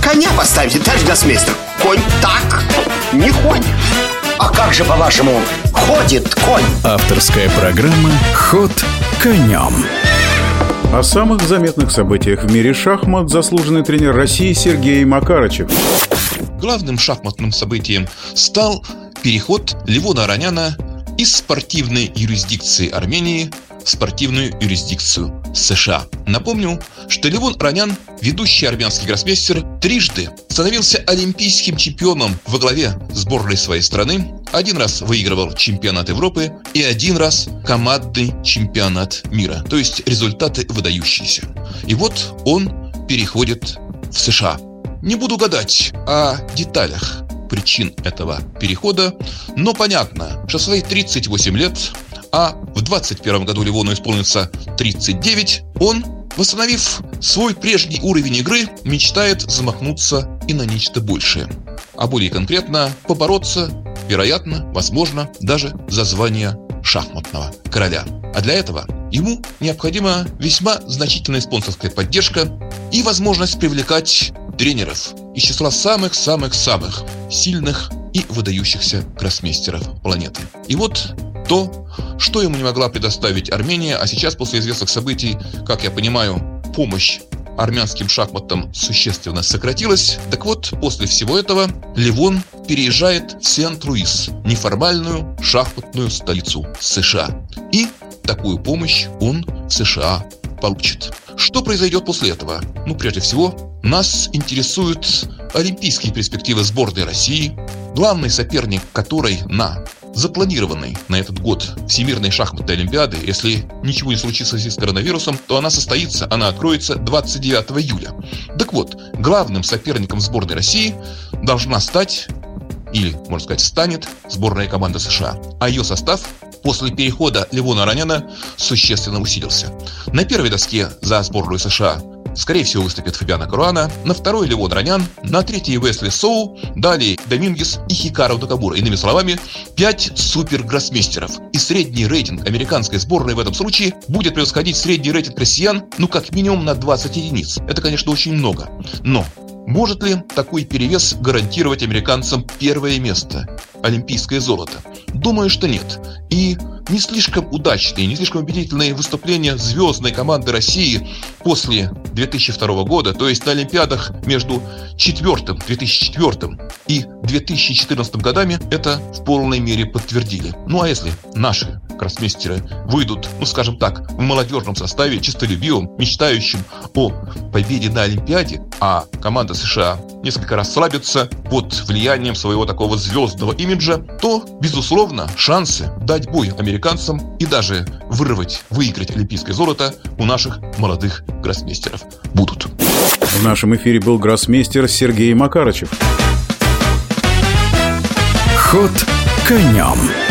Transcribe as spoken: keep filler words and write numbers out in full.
коня поставите, товарищ гроссмейстер? Конь так не ходит. А как же, по-вашему, ходит конь? Авторская программа «Ход конем». О самых заметных событиях в мире шахмат заслуженный тренер России Сергей Макарычев. Главным шахматным событием стал переход Левона Ароняна из спортивной юрисдикции Армении в спортивную юрисдикцию США. Напомню, что Левон Аронян, ведущий армянский гроссмейстер, трижды становился олимпийским чемпионом во главе сборной своей страны, один раз выигрывал чемпионат Европы и один раз командный чемпионат мира, то есть результаты выдающиеся. И вот он переходит в США. Не буду гадать о деталях причин этого перехода, но понятно, что в свои тридцать восемь лет, а в двадцать первом году Левону исполнится тридцать девять, он, восстановив свой прежний уровень игры, мечтает замахнуться и на нечто большее. А более конкретно, побороться, вероятно, возможно, даже за звание шахматного короля. А для этого ему необходима весьма значительная спонсорская поддержка и возможность привлекать тренеров из числа самых-самых-самых сильных и выдающихся гроссмейстеров планеты. И вот то, что ему не могла предоставить Армения, а сейчас, после известных событий, как я понимаю, помощь армянским шахматам существенно сократилась. Так вот, после всего этого Левон переезжает в Сент-Луис, неформальную шахматную столицу США. И такую помощь он в США получит. Что произойдет после этого? Ну, прежде всего, нас интересуют олимпийские перспективы сборной России, главный соперник которой на запланированной на этот год Всемирной шахматной олимпиады, если ничего не случится с коронавирусом, то она состоится, она откроется двадцать девятого июля. Так вот, главным соперником сборной России должна стать, или, можно сказать, станет сборная команда США. А ее состав после перехода Левона Ароняна существенно усилился. На первой доске за сборную США скорее всего выступит Фабиано Каруана, на второй Левон Аронян, на третьей Уэсли Соу, далее Домингес и Хикару Накамура. Иными словами, пять супергроссмейстеров. И средний рейтинг американской сборной в этом случае будет превосходить средний рейтинг россиян, ну как минимум на двадцать единиц. Это, конечно, очень много. Но может ли такой перевес гарантировать американцам первое место, олимпийское золото? Думаю, что нет. И не слишком удачные, не слишком убедительные выступления звездной команды России после две тысячи второго года, то есть на Олимпиадах между четвертым, две тысячи четвёртым и две тысячи четырнадцатым годами, это в полной мере подтвердили. Ну а если наши гроссмейстеры выйдут, ну скажем так, в молодежном составе, чистолюбивым, мечтающим о победе на Олимпиаде, а команда США несколько расслабится под влиянием своего такого звездного имиджа, то, безусловно, шансы дать бой американцам и даже вырвать, выиграть олимпийское золото у наших молодых гроссмейстеров будут. В нашем эфире был гроссмейстер Сергей Макарычев. Ход конем.